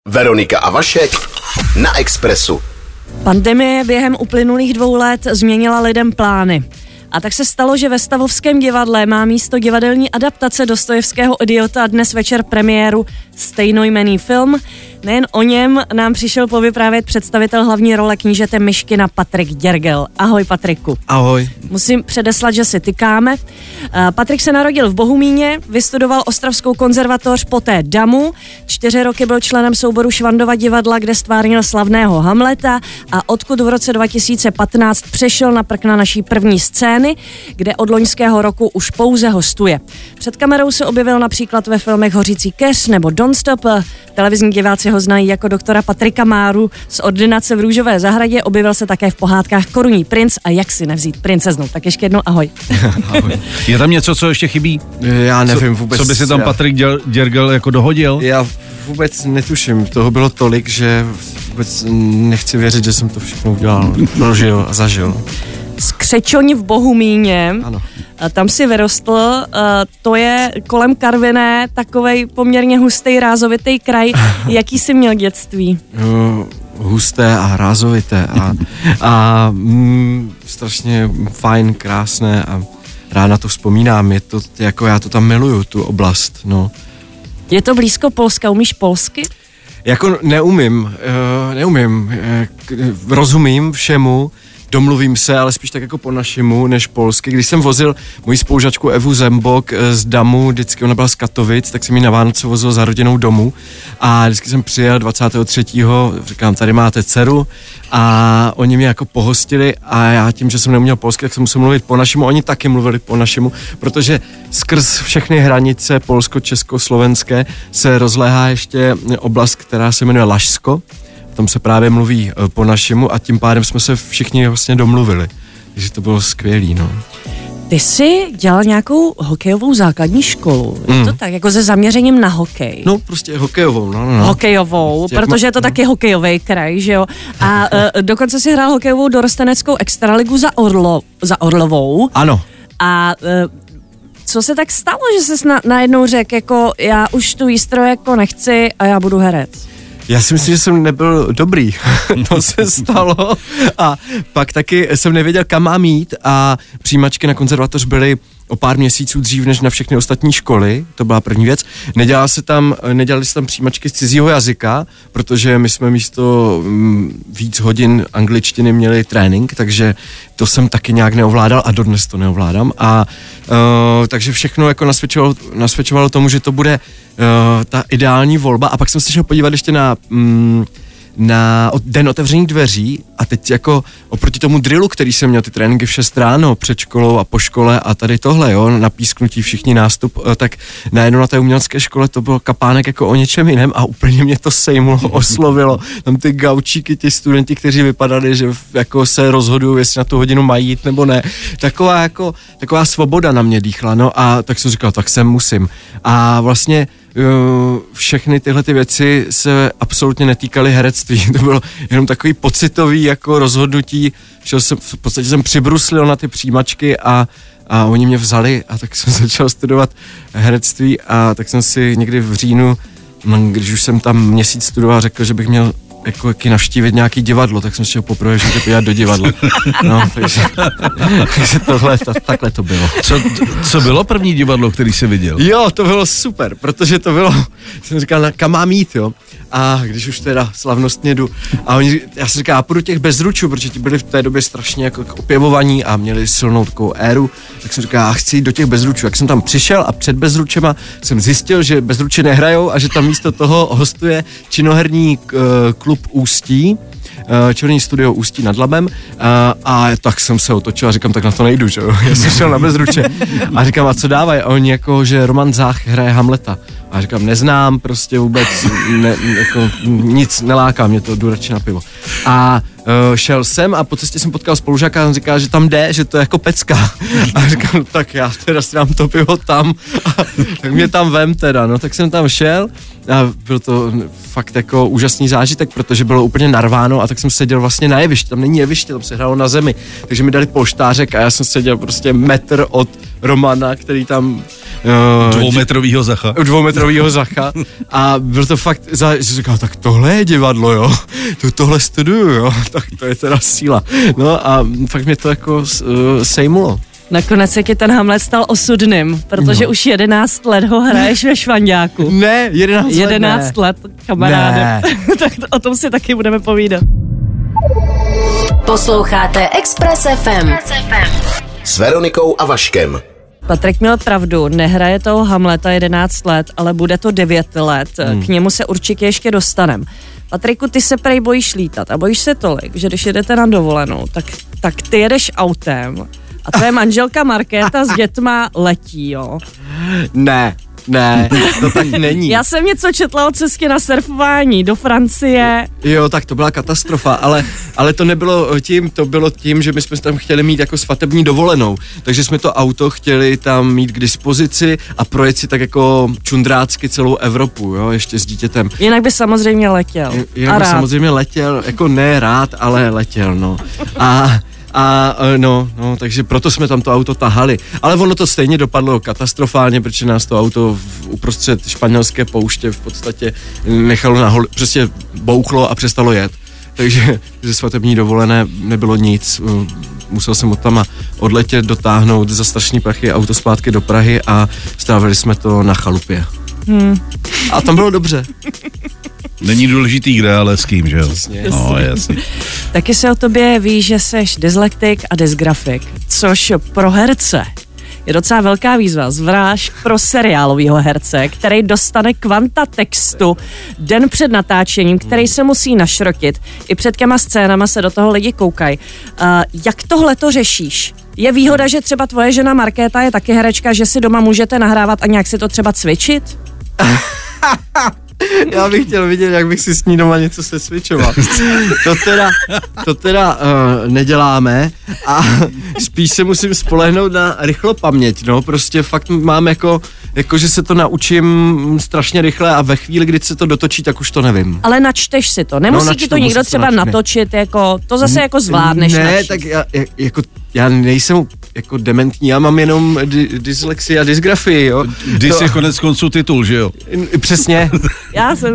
Veronika a Vašek na Expressu. Pandemie během uplynulých 2 let změnila lidem plány. A tak se stalo, že ve Stavovském divadle má místo divadelní adaptace Dostojevského Idiota dnes večer premiéru stejnojmenný film. Nejen o něm nám přišel povyprávět představitel hlavní role knížete Myškina Patrik Děrgel. Ahoj, Patriku. Ahoj. Musím předeslat, že si tykáme. Patrik se narodil v Bohumíně, vystudoval Ostravskou konzervatoř, poté DAMU, 4 roky byl členem souboru Švandova divadla, kde stvárnil slavného Hamleta a odkud v roce 2015 přešel na prkna naší první scény, kde od loňského roku už pouze hostuje. Před kamerou se objevil například ve filmech Hořící keř nebo Don't Stop. Televizní diváci ho znají jako doktora Patrika Máru z ordinace v Růžové zahradě, objevil se také v pohádkách Korunní princ a Jak si nevzít princeznu. Tak ještě jednou ahoj. Ahoj. Je tam něco, co ještě chybí? Já nevím vůbec. Co by si tam Patrik Děrgel jako dohodil? Já vůbec netuším. Toho bylo tolik, že vůbec nechci věřit, že jsem to všechno udělal, prožil a zažil. Z Křečoň v Bohumíně. Ano. Tam si vyrostl, to je kolem Karviné, takovej poměrně hustý, rázovitý kraj. Jaký jsi měl dětství? Husté a rázovité a strašně fajn, krásné a rád na to vzpomínám. Je to jako, já to tam miluju, tu oblast, no. Je to blízko Polska, umíš polsky? Jako neumím, rozumím všemu, domluvím se, ale spíš tak jako po našemu, než polsky. Když jsem vozil moji spolužačku Evu Zembok z DAMU, vždycky ona byla z Katovic, tak jsem ji na Vánoce vozil za rodinou domů a vždycky jsem přijel 23. říkám, tady máte dceru a oni mě jako pohostili a já tím, že jsem neuměl polsky, tak jsem musel mluvit po našemu, oni taky mluvili po našemu, protože skrz všechny hranice polsko-československé se rozléhá ještě oblast, která se jmenuje Lašsko. Tam se právě mluví po našemu a tím pádem jsme se všichni vlastně domluvili. Takže to bylo skvělý, no. Ty jsi dělal nějakou hokejovou základní školu, je to tak, jako se zaměřením na hokej? No, prostě hokejovou, no. Hokejovou, prostě protože je to taky hokejový kraj, že jo? A dokonce si hrál hokejovou dorosteneckou extraligu za Orlovou. Ano. A co se tak stalo, že jsi najednou řekl, jako já už tu výstroj jako nechci a já budu herec? Já si myslím, že jsem nebyl dobrý, to se stalo a pak taky jsem nevěděl, kam mám jít a přijímačky na konzervatoř byly o pár měsíců dřív než na všechny ostatní školy, to byla první věc. Nedělali se tam přijímačky z cizího jazyka, protože my jsme místo víc hodin angličtiny měli trénink, takže to jsem taky nějak neovládal a dodnes to neovládám a takže všechno jako nasvědčovalo tomu, že to bude ta ideální volba a pak jsem se šel podívat ještě na den otevřených dveří a teď jako oproti tomu drillu, který jsem měl ty tréninky v 6 ráno před školou a po škole a tady tohle, jo, na písknutí všichni nástup, tak najednou na té umělecké škole to byl kapánek jako o něčem jiném a úplně mě to sejmulo, oslovilo. Tam ty gaučíky, ti studenti, kteří vypadali, že jako se rozhodují, jestli na tu hodinu mají jít nebo ne. Taková svoboda na mě dýchla, no a tak jsem říkal, tak sem musím. A vlastně všechny tyhle ty věci se absolutně netýkaly herectví. To bylo jenom takový pocitový jako rozhodnutí. V podstatě jsem přibruslil na ty přijímačky a oni mě vzali a tak jsem začal studovat herectví a tak jsem si někdy v říjnu, když už jsem tam měsíc studoval, řekl, že bych měl jako navštívit nějaký divadlo, tak jsem šel poprvé že podívat do divadla. No, takže takhle to bylo. Co bylo první divadlo, který jsi viděl? Jo, to bylo super, protože to bylo, jsem říkal, kam mám jít, jo. A když už teda slavnostně jdu. A já jsem říkal, já půjdu těch Bezručů, protože ti byli v té době strašně jako opěvovaní a měli silnou takovou éru. Tak jsem říkal, já chci jít do těch Bezručů. Jak jsem tam přišel a před Bezručema jsem zjistil, že Bezruči nehrajou a že tam místo toho hostuje činoherní klub Ústí, činoherní studio Ústí nad Labem a tak jsem se otočil a říkám, tak na to nejdu, že jo. Já jsem šel na Bezruče a říkám, a co dávají? A oni jako, že Roman Zách hraje Hamleta. A říkám, neznám, prostě vůbec jako nic neláká, mě to, jdu radši na pivo. A šel jsem a po cestě jsem potkal spolužáka a on říkal, že tam jde, že to je jako pecka. A říkám, tak já teda si dám to pivo tam a tak mě tam vem teda, no tak jsem tam šel a byl to fakt jako úžasný zážitek, protože bylo úplně narváno a tak jsem seděl vlastně na jevišti, tam není jeviště, tam se hrálo na zemi, takže mi dali polštářek a já jsem seděl prostě metr od Romana, který tam Dvoumetrovýho Zacha. Dvoumetrovýho Zacha. A byl to fakt, že říkal, tak tohle je divadlo, jo. Tohle studuju, jo. Tak to je teda síla. No a fakt mě to jako sejmulo. Nakonec se ti ten Hamlet stal osudným, protože už 11 let ho hraješ ve Švanďáku. Ne, 11 let, kamaráde. Tak o tom si taky budeme povídat. Posloucháte Express FM. S Veronikou a Vaškem. Patrik měl pravdu, nehraje toho Hamleta 11 let, ale bude to 9 let. K němu se určitě ještě dostanem. Patriku, ty se prej bojíš lítat a bojíš se tolik, že když jedete na dovolenou, tak ty jedeš autem a tvoje manželka Markéta s dětma letí, jo? Ne, to tak není. Já jsem něco četla o cestě na surfování do Francie. Jo, tak to byla katastrofa, ale to nebylo tím, to bylo tím, že my jsme tam chtěli mít jako svatební dovolenou, takže jsme to auto chtěli tam mít k dispozici a projet si tak jako čundrácky celou Evropu, jo, ještě s dítětem. Jinak by samozřejmě letěl. Jinak by samozřejmě letěl, jako ne rád, ale letěl, no. No, takže proto jsme tam to auto tahali. Ale ono to stejně dopadlo katastrofálně, protože nás to auto uprostřed španělské pouště v podstatě nechalo prostě bouchlo a přestalo jet. Takže ze svatební dovolené nebylo nic. Musel jsem tam odletět, dotáhnout za strašný prachy auto zpátky do Prahy a strávili jsme to na chalupě. A tam bylo dobře. Není důležitý kde, ale s kým, že jo? Jasně. No, jasně. Taky se o tobě ví, že seš dyslektik a dysgrafik, což pro herce je docela velká výzva, zvlášť pro seriálovýho herce, který dostane kvanta textu den před natáčením, který se musí našrotit. I před těma scénama se do toho lidi koukají. Jak tohle to řešíš? Je výhoda, že třeba tvoje žena Markéta je taky herečka, že si doma můžete nahrávat a nějak si to třeba cvičit? Já bych chtěl vidět, jak bych si s ní doma něco sesvičoval. To teda neděláme a spíš se musím spolehnout na rychlopaměť, no, prostě fakt mám jako že se to naučím strašně rychle a ve chvíli, kdy se to dotočí, tak už to nevím. Ale načteš si to, nemusí ti to někdo třeba natočit, jako, to zase jako zvládneš. Ne, načít. tak já nejsem jako dementní, já mám jenom dyslexii a dysgrafii, jo. Dys je konec konců titul, že jo? Přesně. Já jsem...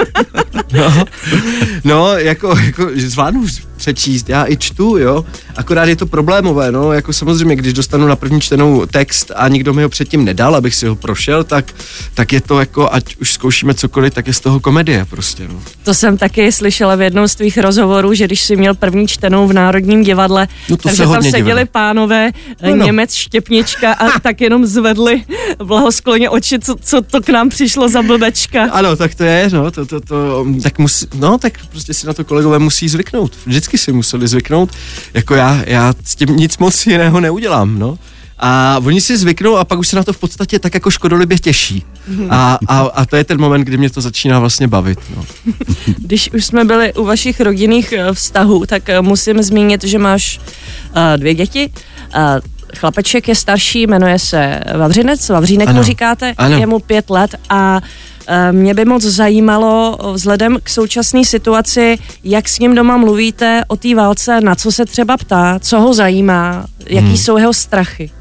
No, jako zvládnu přečíst, já i čtu, jo, akorát je to problémové, no, jako samozřejmě, když dostanu na první čtenou text a nikdo mi ho předtím nedal, abych si ho prošel, tak je to jako, ať už zkoušíme cokoliv, tak je z toho komedie prostě, no. To jsem taky slyšela v jednom z tvých rozhovorů, že když jsi měl první čtenou v Národním divadle, takže tam seděli pánové, Němec, Štěpnička a tak jenom zvedli blahoskloně oči, co to k nám přišlo za blbečka. Ano, tak to je, no, tak musí, no, tak prostě si na to kolegové musí zvyknout. Vždycky si museli zvyknout, jako já s tím nic moc jiného neudělám, no. A oni si zvyknou a pak už se na to v podstatě tak jako škodolibě těší. A to je ten moment, kdy mě to začíná vlastně bavit, no. Když už jsme byli u vašich rodinných vztahů, tak musím zmínit, že máš 2 děti. Chlapeček je starší, jmenuje se Vavřínek mu říkáte, je mu 5 let a mě by moc zajímalo vzhledem k současné situaci, jak s ním doma mluvíte o té válce, na co se třeba ptá, co ho zajímá, jaký jsou jeho strachy.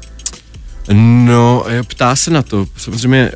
No, ptá se na to. Samozřejmě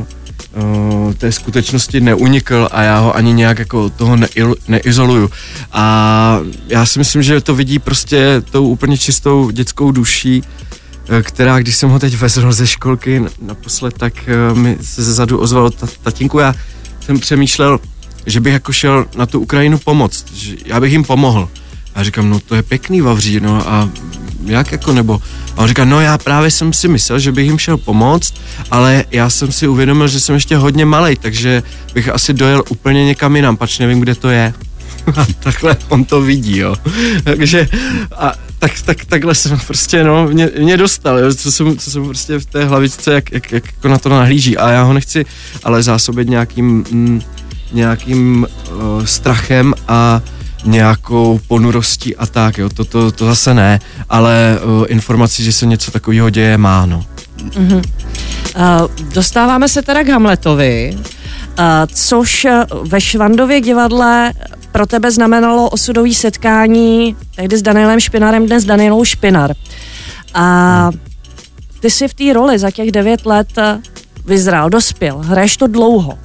té skutečnosti neunikl a já ho ani nějak jako toho neizoluju. A já si myslím, že to vidí prostě tou úplně čistou dětskou duší, která, když jsem ho teď vezl ze školky naposled, tak mi se zezadu ozvalo tatínku, já jsem přemýšlel, že bych jako šel na tu Ukrajinu pomoct, že já bych jim pomohl. A říkám, no to je pěkný, Vavří, no a jak jako nebo? A on říká, no já právě jsem si myslel, že bych jim šel pomoct, ale já jsem si uvědomil, že jsem ještě hodně malej, takže bych asi dojel úplně někam jinam, pač nevím, kde to je. A takhle on to vidí, jo. Takže takhle jsem prostě, no, mě dostal, jo, co jsem prostě v té hlavičce, jak jako na to nahlíží. A já ho nechci ale zásobit nějakým strachem a nějakou ponurostí a tak, jo, to zase ne, ale informací, že se něco takového děje, má, no. Dostáváme se teda k Hamletovi, což ve Švandově divadle pro tebe znamenalo osudový setkání tehdy s Danielem Špinarem, dnes Danielou Špinar. A ty jsi v té roli za těch 9 let vyzrál, dospěl, hraješ to dlouho.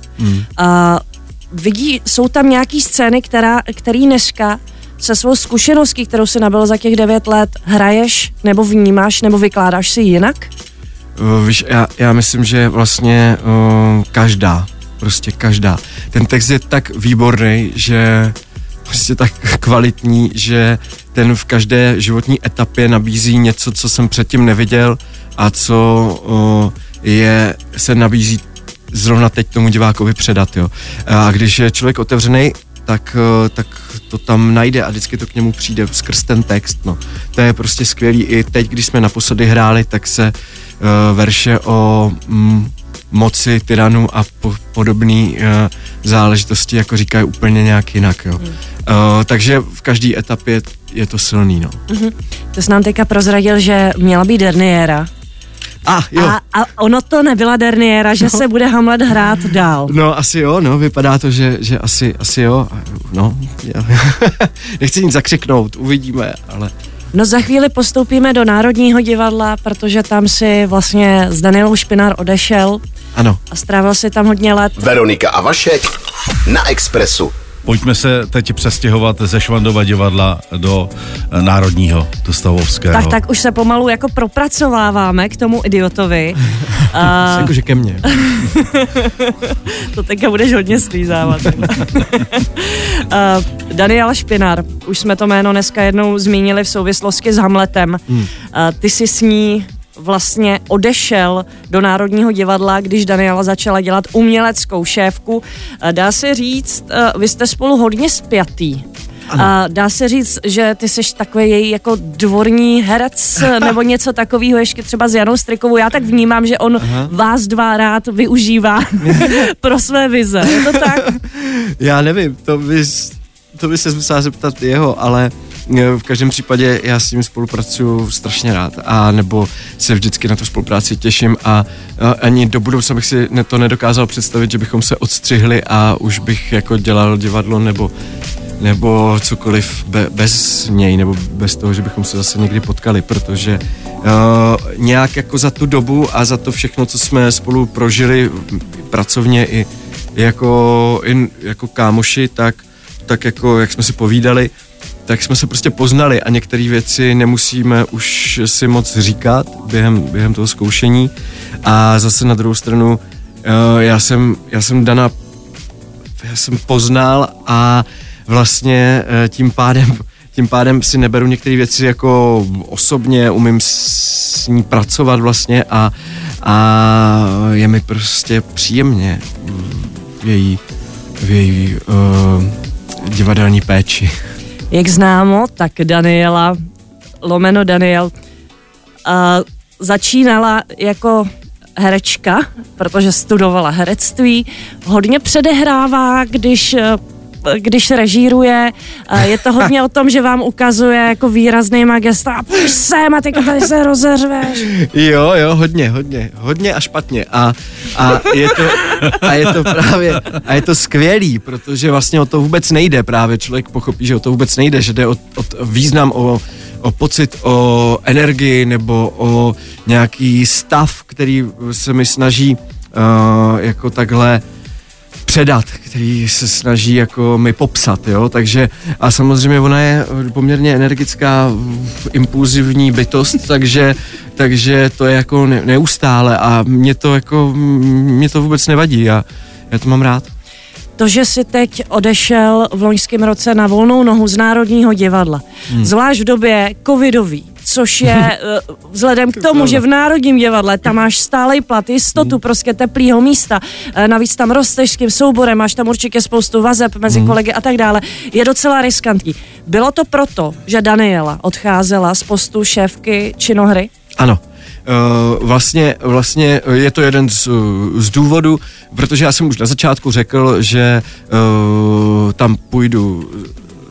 Jsou tam nějaký scény, který dneska se svou zkušeností, kterou si nabyl za těch 9 let, hraješ, nebo vnímáš, nebo vykládáš si jinak? Víš, já myslím, že vlastně prostě každá. Ten text je tak výborný, že prostě tak kvalitní, že ten v každé životní etapě nabízí něco, co jsem předtím neviděl a co se nabízí zrovna teď tomu divákovi předat, jo. A když je člověk otevřenej, tak to tam najde a vždycky to k němu přijde skrz ten text, no. To je prostě skvělý. I teď, když jsme naposledy hráli, tak se verše o moci tyranů a podobné záležitosti jako říkají úplně nějak jinak, jo. Takže v každé etapě je to silný, no. Ty jsi nám teďka prozradil, že měla být derniéra. Jo. A ono to nebyla derniéra, že se bude Hamlet hrát dál. No, asi jo, no, vypadá to, že asi jo, no. Nechci nic zakřiknout, uvidíme, ale... No za chvíli postoupíme do Národního divadla, protože tam si vlastně s Danielou Špinár odešel. Ano. A strávil si tam hodně let. Veronika a Vašek na Expressu. Pojďme se teď přestěhovat ze Švandova divadla do Národního, do Stavovského. Tak už se pomalu jako propracováváme k tomu idiotovi. Jakože ke mně. To teďka budeš hodně slízávat. Daniela Špinár, už jsme to jméno dneska jednou zmínili v souvislosti s Hamletem. Ty jsi s ní vlastně odešel do Národního divadla, když Daniela začala dělat uměleckou šéfku. Dá se říct, vy jste spolu hodně spjatý. Dá se říct, že ty jsi takový její jako dvorní herec nebo něco takového, ještě třeba s Janou Strikovou. Já tak vnímám, že on vás dva rád využívá pro své vize. Je to tak? Já nevím, to by se musela zeptat jeho, ale v každém případě já s ním spolupracuju strašně rád a nebo se vždycky na tu spolupráci těším a ani do budoucna bych si to nedokázal představit, že bychom se odstřihli a už bych jako dělal divadlo nebo cokoliv bez něj, nebo bez toho, že bychom se zase někdy potkali, protože nějak jako za tu dobu a za to všechno, co jsme spolu prožili pracovně i jako kámoši, tak jako jak jsme si povídali, tak jsme se prostě poznali a některé věci nemusíme už si moc říkat během toho zkoušení a zase na druhou stranu já jsem poznal a vlastně tím pádem si neberu některé věci jako osobně, umím s ní pracovat vlastně a je mi prostě příjemně v její divadelní péči. Jak známo, tak Daniela, lomeno Daniel, začínala jako herečka, protože studovala herectví, hodně předehrává, když režíruje, je to hodně o tom, že vám ukazuje jako výraznýma gesta a pojď sem a teď tady se rozeřveš. Jo, hodně a špatně a je to skvělý, protože vlastně o to vůbec nejde právě, člověk pochopí, že o to vůbec nejde, že jde o význam, o pocit, o energii nebo o nějaký stav, který se mi snaží jako takhle předat, který se snaží jako mi popsat, jo, takže a samozřejmě ona je poměrně energická, impulzivní bytost, takže to je jako neustále a mě to vůbec nevadí a já to mám rád. To, že jsi teď odešel v loňském roce na volnou nohu z Národního divadla, zvlášť v době covidový, což je vzhledem k tomu, že v Národním divadle tam máš stálej plat, jistotu, prostě teplýho místa, navíc tam rosteš s tím souborem, máš tam určitě spoustu vazeb mezi kolegy a tak dále, je docela riskantní. Bylo to proto, že Daniela odcházela z postu šéfky činohry? Ano. Vlastně je to jeden z důvodů, protože já jsem už na začátku řekl, že tam půjdu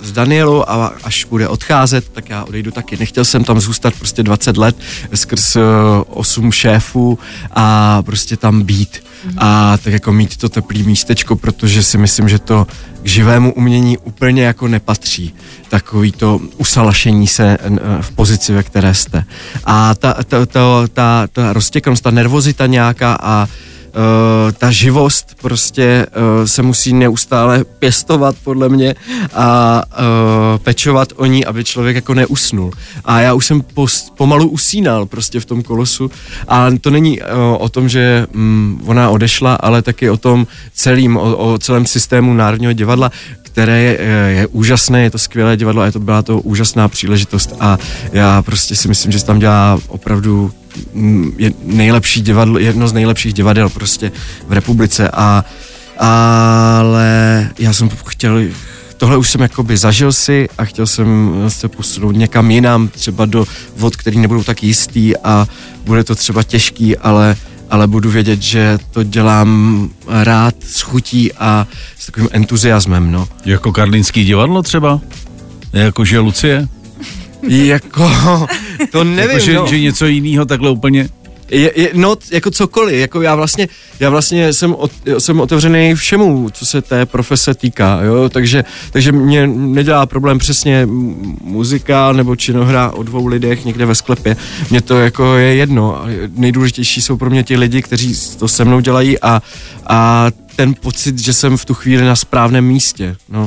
s Danielou a až bude odcházet, tak já odejdu taky. Nechtěl jsem tam zůstat prostě 20 let skrz 8 šéfů a prostě tam být. A tak jako mít to teplý místečko, protože si myslím, že to k živému umění úplně jako nepatří. Takový to usalašení se v pozici, ve které jste. A ta roztěkanost, ta nervozita nějaká a ta živost prostě se musí neustále pěstovat podle mě a pečovat o ní, aby člověk jako neusnul. A já už jsem pomalu usínal prostě v tom Kolosu a to není o tom, že ona odešla, ale taky o tom o celém systému Národního divadla, které je úžasné, je to skvělé divadlo a byla to úžasná příležitost a já prostě si myslím, že se tam dělá opravdu nejlepší divadlo, jedno z nejlepších divadel prostě v republice ale já jsem chtěl, tohle už jsem jakoby zažil si a chtěl jsem se posunout někam jinam, třeba do vod, který nebudou tak jistý a bude to třeba těžký, ale budu vědět, že to dělám rád, s chutí a s takovým entuziasmem, no. Jako Karlínský divadlo třeba? Jakože Lucie? Jako, to nevím, jako, že něco jiného takhle úplně? No, jako cokoliv, jako já vlastně jsem otevřený všemu, co se té profese týká, jo, takže mě nedělá problém přesně muzika nebo činohra o 2 lidech někde ve sklepě, mně to jako je jedno, nejdůležitější jsou pro mě ti lidi, kteří to se mnou dělají a ten pocit, že jsem v tu chvíli na správném místě, no,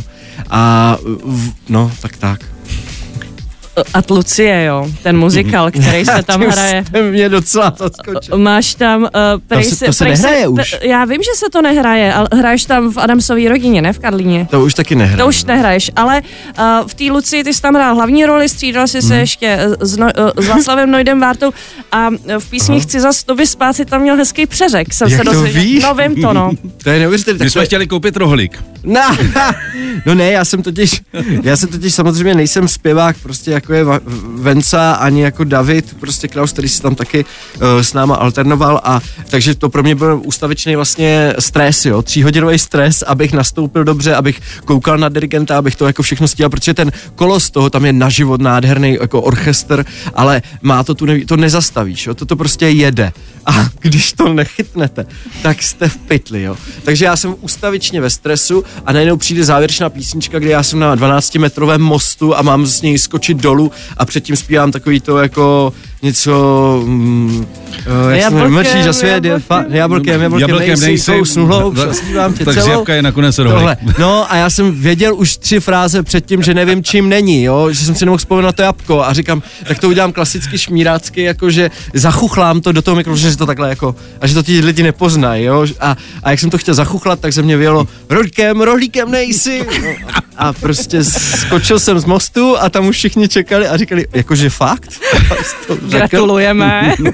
tak. A Lucie, jo, ten muzikál, který se tam hraje. Mě docela zaskočil. Máš tam... to se nehraje už. Já vím, že se to nehraje, ale hraješ tam v Adamsový rodině, ne v Karlíně. To už taky nehraju. To už nehraješ, ale v té Lucii ty jsi tam hrál hlavní roli, střídal jsi se ještě s Václavem Nojdem Vártou a v písni Chci zas tobě spát si tam měl hezký přeřek. Jak to víš? No vím to, no. To je neuvěřitelné. My jsme chtěli koupit rohlík. No ne, já jsem totiž samozřejmě nejsem zpěvák, prostě jako je Venca, ani jako David, prostě Klaus, který si tam taky s náma alternoval a takže to pro mě byl ústavičný vlastně stres, jo, 3hodinový stres, abych nastoupil dobře, abych koukal na dirigenta, abych to jako všechno stíhal, protože ten Kolos toho tam je na život nádherný jako orchestr, ale má to nezastavíš, jo, to prostě jede a když to nechytnete, tak jste v pytli, jo. Takže já jsem ustavičně ve stresu a najednou přijde závěrečná písnička, kde já jsem na 12metrovém mostu a mám z něj skočit dolů a předtím zpívám takový to jako něco mlčí za svět, jablkem nejsi, kousnu zpívám tě tak celou. zjabka je nakonec rohlík. No a já jsem věděl už 3 fráze předtím, že nevím, čím není, jo, že jsem si nemohl vzpomenout na to jabko a říkám, tak to udělám klasicky šmírácky, jakože zachuchlám to do toho mikrofonu, že to takhle jako, a že to ti lidi nepoznají, jo, a jak jsem to chtěl zachuchlat, tak se mě vyjelo rohlíkem nejsi, no, a prostě skočil jsem z mostu a tam už všichni čekali a říkali, jakože fakt? Gratulujeme.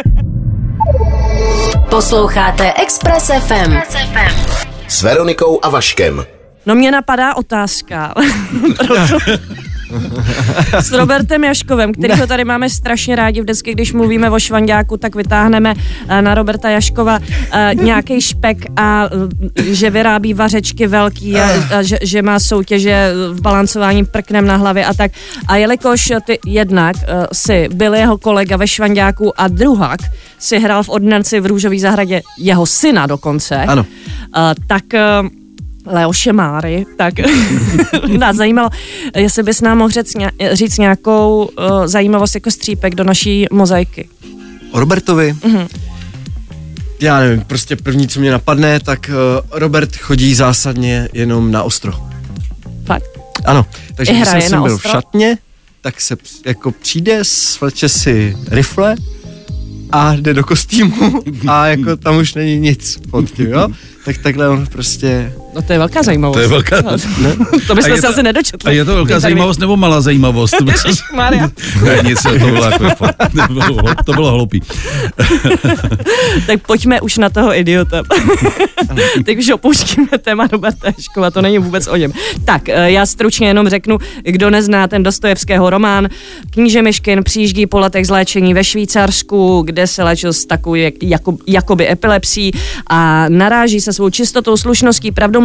Posloucháte Express FM. S Veronikou a Vaškem. No mě napadá otázka. S Robertem Jaškovem, kterýho tady máme strašně rádi. Vždycky, když mluvíme o švanďáku, tak vytáhneme na Roberta Jaškova nějaký špek a že vyrábí vařečky velký a že má soutěže v balancování prknem na hlavě a tak. A jelikož ty jednak si byl jeho kolega ve švanďáku a druhak si hrál v ordinaci v Růžové zahradě jeho syna dokonce, ano. Tak... Leoše Máry, tak nás zajímalo, jestli bys nám mohl říct nějakou zajímavost jako střípek do naší mozaiky. O Robertovi? Já nevím, prostě první, co mě napadne, tak Robert chodí zásadně jenom na ostro. Fakt? Ano, takže když jsem byl v šatně, tak se jako přijde, svleče si rifle a jde do kostýmu a jako tam už není nic pod tím, jo? Tak takhle on prostě... No to je velká zajímavost. To je velká... To bychom se asi nedočetli. A je to velká zajímavost nebo malá zajímavost? Ježišmarja. Ne, nic, to bylo jako to bylo hloupý. Tak pojďme už na toho idiota. Teď už opouštíme téma Roberta Jaškova, to není vůbec o něm. Tak, já stručně jenom řeknu, kdo nezná ten Dostojevského román. Kníže Myškin přijíždí po letech z léčení ve Švýcarsku, kde se léčil s takovou jakoby epilepsí a naráží se svou čistotou, slušností, pravdomluvností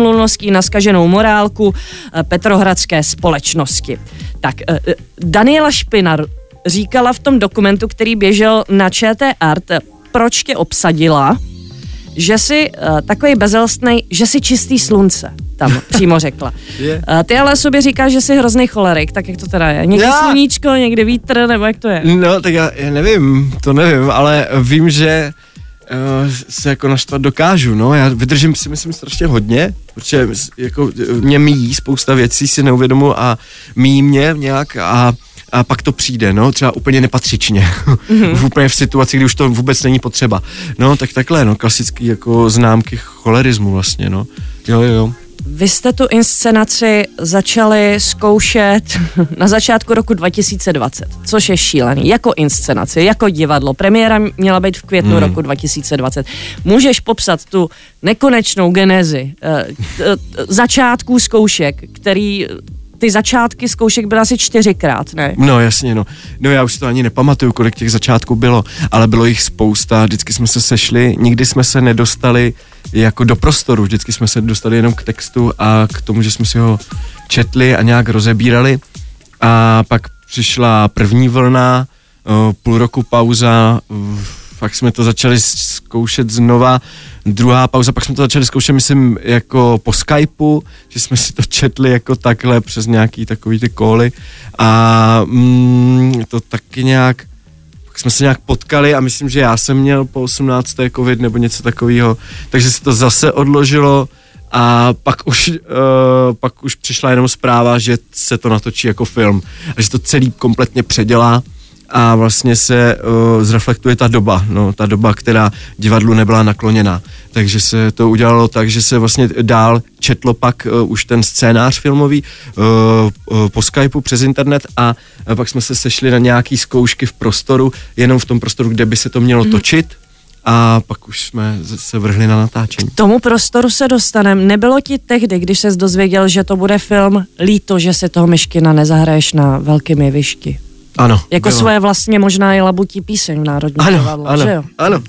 staromluvností, na zkaženou morálku petrohradské společnosti. Tak, Daniela Špinar říkala v tom dokumentu, který běžel na ČT Art, proč tě obsadila, že jsi takový bezelstnej, že jsi čistý slunce, tam přímo řekla. Ty ale sobě říkáš, že jsi hrozný cholerik, tak jak to teda je? Někdy sluníčko, někdy vítr, nebo jak to je? No, tak já nevím, ale vím, že se jako naštvat dokážu, no, já vydržím si myslím strašně hodně, protože jako mě míjí spousta věcí, si neuvědomu a míjí mě nějak a pak to přijde, no, třeba úplně nepatřičně, úplně v situaci, kdy už to vůbec není potřeba. No, tak takhle, no, klasický jako známky cholerismu vlastně, no, jo. Vy jste tu inscenaci začali zkoušet na začátku roku 2020, což je šílený. Jako inscenaci, jako divadlo. Premiéra měla být v květnu roku 2020. Můžeš popsat tu nekonečnou genezi začátků zkoušek, který... Ty začátky zkoušek byly asi 4krát, ne? No jasně, no. No já už to ani nepamatuju, kolik těch začátků bylo, ale bylo jich spousta, vždycky jsme se sešli, nikdy jsme se nedostali jako do prostoru, vždycky jsme se dostali jenom k textu a k tomu, že jsme si ho četli a nějak rozebírali a pak přišla první vlna, půl roku pauza, pak jsme to začali zkoušet znova, druhá pauza, pak jsme to začali zkoušet, myslím, jako po Skypeu, že jsme si to četli jako takhle přes nějaký takový ty cally a to taky nějak, pak jsme se nějak potkali a myslím, že já jsem měl po 18. covid nebo něco takového, takže se to zase odložilo a pak už přišla jenom zpráva, že se to natočí jako film a že to celý kompletně předělá a vlastně se zreflektuje ta doba, která divadlu nebyla nakloněná. Takže se to udělalo tak, že se vlastně dál četlo pak už ten scénář filmový po Skypeu přes internet a pak jsme se sešli na nějaký zkoušky v prostoru, jenom v tom prostoru, kde by se to mělo točit a pak už jsme se vrhli na natáčení. K tomu prostoru se dostaneme. Nebylo ti tehdy, když ses dozvěděl, že to bude film, líto, že se toho Myškina nezahraješ na Velkým jevišti? Ano. Jako bylo. Svoje vlastně možná i labutí píseň v Národním divadle, že jo? Ano.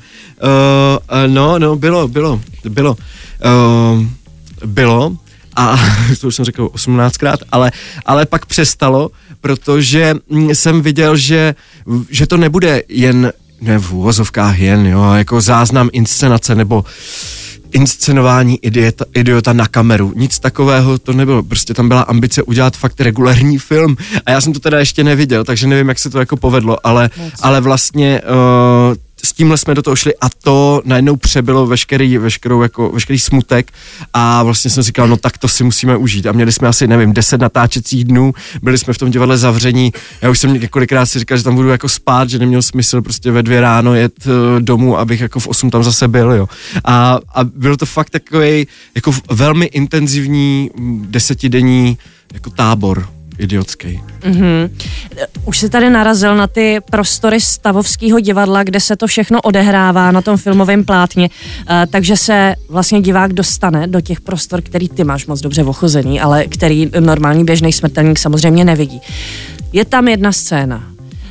Bylo a to už jsem řekl 18krát, ale pak přestalo, protože jsem viděl, že to nebude jen, ne v úvozovkách jen, jo, jako záznam inscenace nebo inscenování idiota na kameru. Nic takového to nebylo. Prostě tam byla ambice udělat fakt regulární film a já jsem to teda ještě neviděl, takže nevím, jak se to jako povedlo, ale vlastně s tímhle jsme do toho šli a to najednou přebylo veškerý smutek a vlastně jsem říkal, no tak to si musíme užít a měli jsme asi, nevím, 10 natáčecích dnů, byli jsme v tom divadle zavření, já už jsem několikrát si říkal, že tam budu jako spát, že neměl smysl prostě ve 2 ráno jet domů, abych jako v 8 tam zase byl, jo. A bylo to fakt takový jako velmi intenzivní 10denní jako tábor idiotský. Už jsi tady narazil na ty prostory Stavovského divadla, kde se to všechno odehrává na tom filmovém plátně, takže se vlastně divák dostane do těch prostor, který ty máš moc dobře ochozený, ale který normální běžný smrtelník samozřejmě nevidí. Je tam jedna scéna.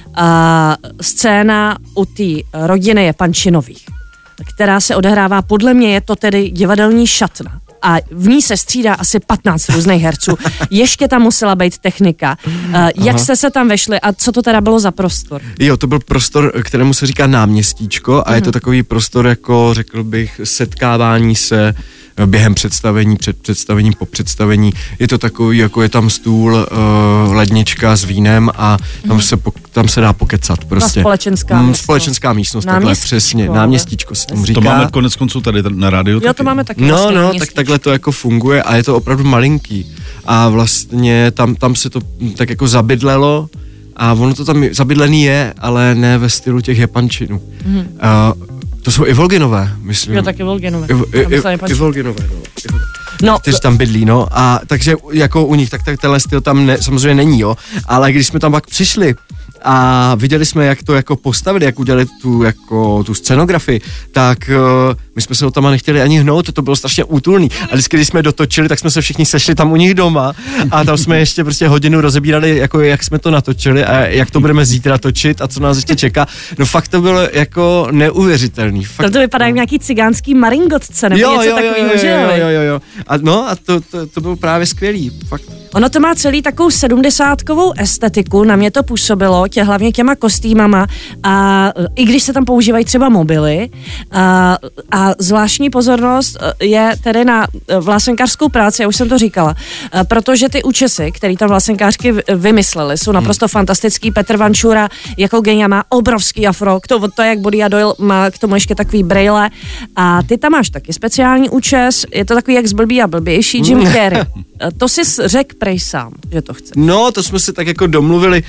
Scéna u té rodiny Jepančinových, která se odehrává, podle mě je to tedy divadelní šatna. A v ní se střídá asi 15 různých herců. Ještě tam musela být technika. Jak jste se tam vešli a co to teda bylo za prostor? Jo, to byl prostor, kterému se říká náměstíčko a je to takový prostor, jako řekl bych, setkávání se během představení, před představením, po představení. Je to takový, jako je tam stůl, lednička s vínem a tam se dá pokecat prostě. Společenská místnost, takhle přesně. Náměstíčko se tomu říká. To máme konec konců tady na rádiu. Jo, to máme taky. No, tak takhle to jako funguje a je to opravdu malinký. A vlastně tam se to tak jako zabydlelo a ono to tam zabydlený je, ale ne ve stylu těch Jepančinů. To jsou i Volginové, myslím. Jo, tak i Volginové. I Volginové, no. Kteří tam bydlí, no. A takže jako u nich, tak tenhle styl tam samozřejmě není, jo. Ale když jsme tam pak přišli a viděli jsme, jak to jako postavili, jak udělali tu scenografii, tak my jsme se o tam nechtěli ani hnout, to bylo strašně útulný. A vždycky, když jsme dotočili, tak jsme se všichni sešli tam u nich doma a tam jsme ještě prostě hodinu rozebírali, jako jak jsme to natočili a jak to budeme zítra točit a co nás ještě čeká. No fakt to bylo jako neuvěřitelný. Fakt. To vypadá jak nějaký cigánský maringotce nebo něco takového, že jo. A to bylo právě skvělý, fakt. Ono to má celý takovou 70kovou estetiku, na mě to působilo, hlavně těma kostýmama a i když se tam používají třeba mobily a zvláštní pozornost je tedy na vlásenkářskou práci, já už jsem to říkala, protože ty účesy, který tam vlásenkářky vymysleli, jsou naprosto fantastický. Petr Vančura jako genia má obrovský afro, to jak Body a Doyle má k tomu ještě takový brejle a ty tam máš taky speciální účes, je to takový jak zblbý a blbější Jim Carrey. To si řekl prej sám, že to chce. No, to jsme si tak jako domluvili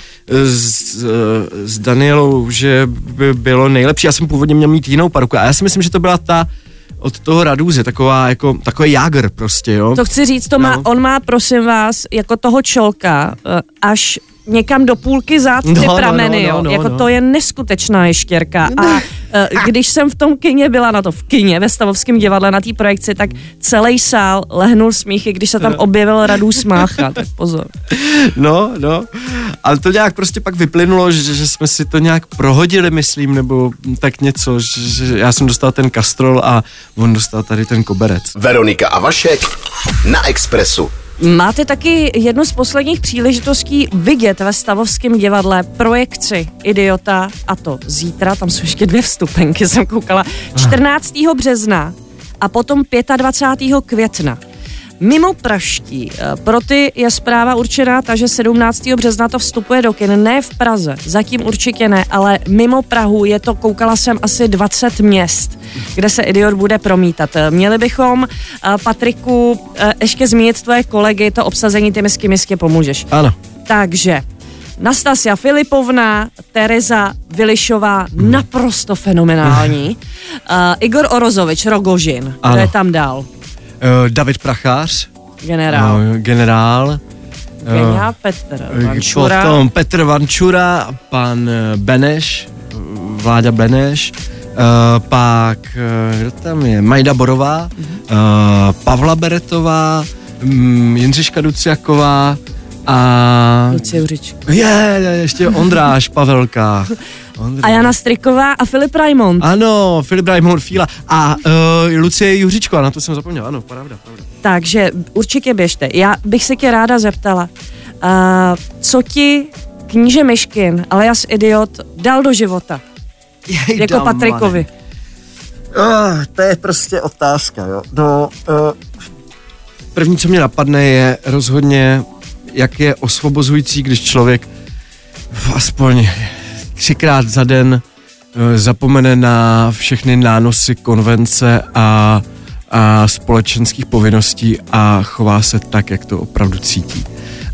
s Danielou, že by bylo nejlepší. Já jsem původně měl mít jinou paruku a já si myslím, že to byla ta od toho Radúze, takový jágr prostě, jo. To chci říct, on má, prosím vás, jako toho čolka až někam do půlky zád ty prameny, to je neskutečná ještěrka a když jsem v tom kině byla v kině, ve Stavovském divadle na té projekci, tak celý sál lehnul smíchy, když se tam objevil Radúz Mácha, tak pozor. No, ale to nějak prostě pak vyplynulo, že jsme si to nějak prohodili, myslím, nebo tak něco, že já jsem dostal ten kastrol a on dostal tady ten koberec. Veronika a Vašek na Expressu. Máte taky jednu z posledních příležitostí vidět ve Stavovském divadle projekci Idiota a to zítra, tam jsou ještě 2 vstupenky, jsem koukala, 14. března a potom 25. května. Mimo praští, pro ty je zpráva určená ta, že 17. března to vstupuje do kin, ne v Praze, zatím určitě ne, ale mimo Prahu je to, koukala jsem, asi 20 měst, kde se Idiot bude promítat. Měli bychom, Patriku, ještě zmínit tvoje kolegy, to obsazení, ty mi pomůžeš. Ano. Takže Nastasia Filipovna, Tereza Vilišová, naprosto fenomenální. Igor Orozovič, Rogožin, kdo je tam dál? David Prachář. Generál. Petr Vančura. Potom Petr Vančura, pan Beneš, Vláďa Beneš, pak, kdo tam je, Majda Borová, Pavla Beretová, Jindřiška Duciaková a... Lucie Juřička. Ještě Ondráš, Pavelka. A Jana Striková a Filip Raimond. Ano, Filip Raimond, Fíla. A Lucie Juřičková, na to jsem zapomněl, ano, pravda. Takže určitě běžte. Já bych se tě ráda zeptala, co ti kníže Myškin, alias Idiot, dal do života? Jako Patrikovi. To je prostě otázka, jo. První, co mě napadne, je rozhodně, jak je osvobozující, když člověk aspoň 3krát za den zapomene na všechny nánosy, konvence a společenských povinností a chová se tak, jak to opravdu cítí.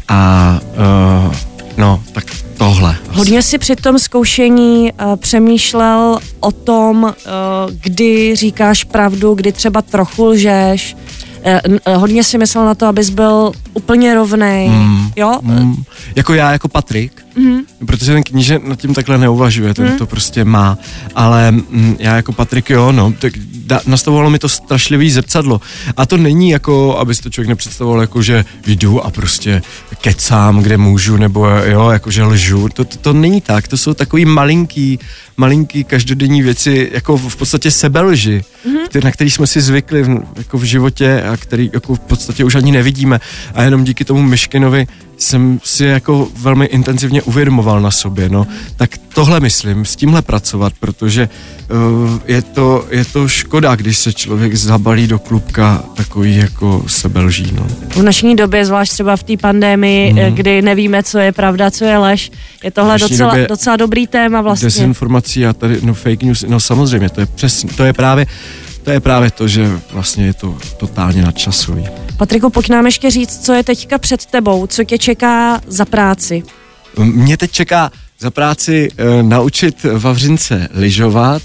Tak tohle. Hodně si při tom zkoušení přemýšlel o tom, kdy říkáš pravdu, kdy třeba trochu lžeš. Hodně si myslel na to, abys byl úplně rovnej, jo? Jako já, jako Patrik, protože ten kníže nad tím takhle neuvažuje, ten to prostě má, ale já jako Patrik, tak nastavovalo mi to strašlivý zrcadlo a to není jako, aby si to člověk nepředstavoval jako, že jdu a prostě kecám, kde můžu, nebo jako, že lžu, to není tak, to jsou takový malinký každodenní věci, jako v podstatě sebelži, na který jsme si zvykli jako v životě a který jako v podstatě už ani nevidíme a jenom díky tomu Myškinovi jsem si jako velmi intenzivně uvědomoval na sobě, tak tohle myslím, s tímhle pracovat, protože je to škoda, když se člověk zabalí do klubka takový jako sebelží, V dnešní době, zvlášť třeba v té pandemii, kdy nevíme, co je pravda, co je lež, je tohle docela dobrý téma vlastně. Dezinformací a tady, fake news, samozřejmě, to je právě to, že vlastně je to totálně nadčasový. Patriku, pojď nám ještě říct, co je teďka před tebou, co tě čeká za práci? Mě teď čeká za práci naučit Vavřince lyžovat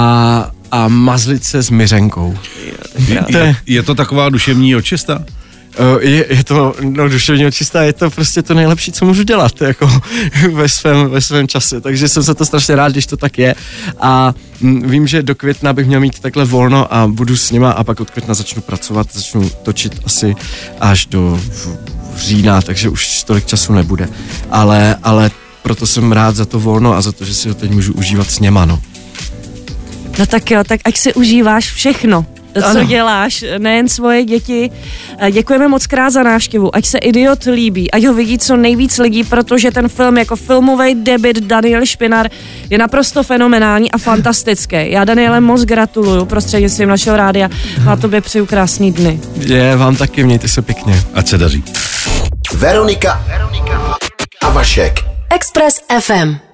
a mazlit se s Miřenkou. Je to taková duševní očista? Je to, no duševně očistá, je to prostě to nejlepší, co můžu dělat, jako ve svém čase, takže jsem za to strašně rád, když to tak je a vím, že do května bych měl mít takhle volno a budu s nima a pak od května začnu pracovat, začnu točit asi až do října, takže už tolik času nebude, ale proto jsem rád za to volno a za to, že si ho teď můžu užívat s něma, no. No tak jo, tak ať si užíváš všechno, co děláš, nejen svoje děti. Děkujeme moc krát za návštěvu, ať se Idiot líbí, ať ho vidí co nejvíc lidí, protože ten film jako filmový debut Daniel Špinar je naprosto fenomenální a fantastický. Já Daniele moc gratuluju prostřednictvím našeho rádia a tobě přeju krásný dny. Vám taky, mějte se pěkně. Ať se daří. Veronika a Vašek. Express FM.